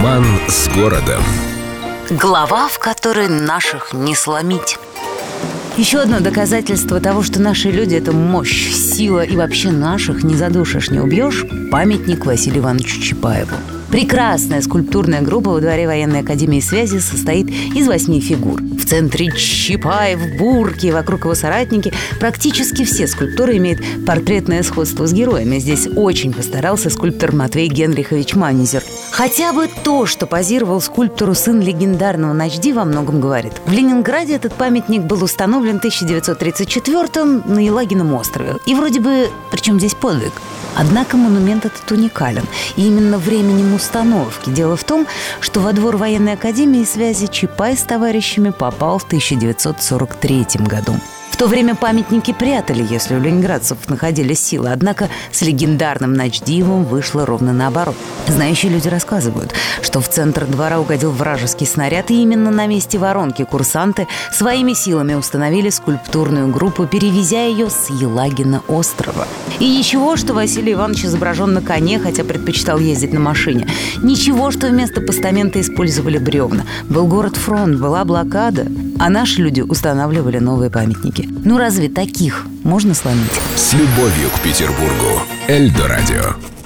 Роман с городом. Глава, в которой наших не сломить. Еще одно доказательство того, что наши люди – это мощь, сила, и вообще наших не задушишь, не убьешь – памятник Василию Ивановичу Чапаеву. Прекрасная скульптурная группа во дворе военной академии связи состоит из 8 фигур. В центре Чапаев в бурке, вокруг его соратники. Практически все скульптуры имеют портретное сходство с героями. Здесь очень постарался скульптор Матвей Генрихович Манезер. Хотя бы то, что позировал скульптору сын легендарного Начди, во многом говорит. В Ленинграде этот памятник был установлен в 1934-м на Елагином острове. И вроде бы, причем здесь подвиг. Однако монумент этот уникален. И именно временем установки. Дело в том, что во двор военной академии связи Чапай с товарищами попал в 1943 году. В то время памятники прятали, если у ленинградцев находились силы. Однако с легендарным Начдиевым вышло ровно наоборот. Знающие люди рассказывают, что в центр двора угодил вражеский снаряд, и именно на месте воронки курсанты своими силами установили скульптурную группу, перевезя ее с Елагина острова. И ничего, что Василий Иванович изображен на коне, хотя предпочитал ездить на машине. Ничего, что вместо постамента использовали бревна. Был город-фронт, была блокада, а наши люди устанавливали новые памятники. Ну разве таких можно сломить? С любовью к Петербургу. Эльдо радио.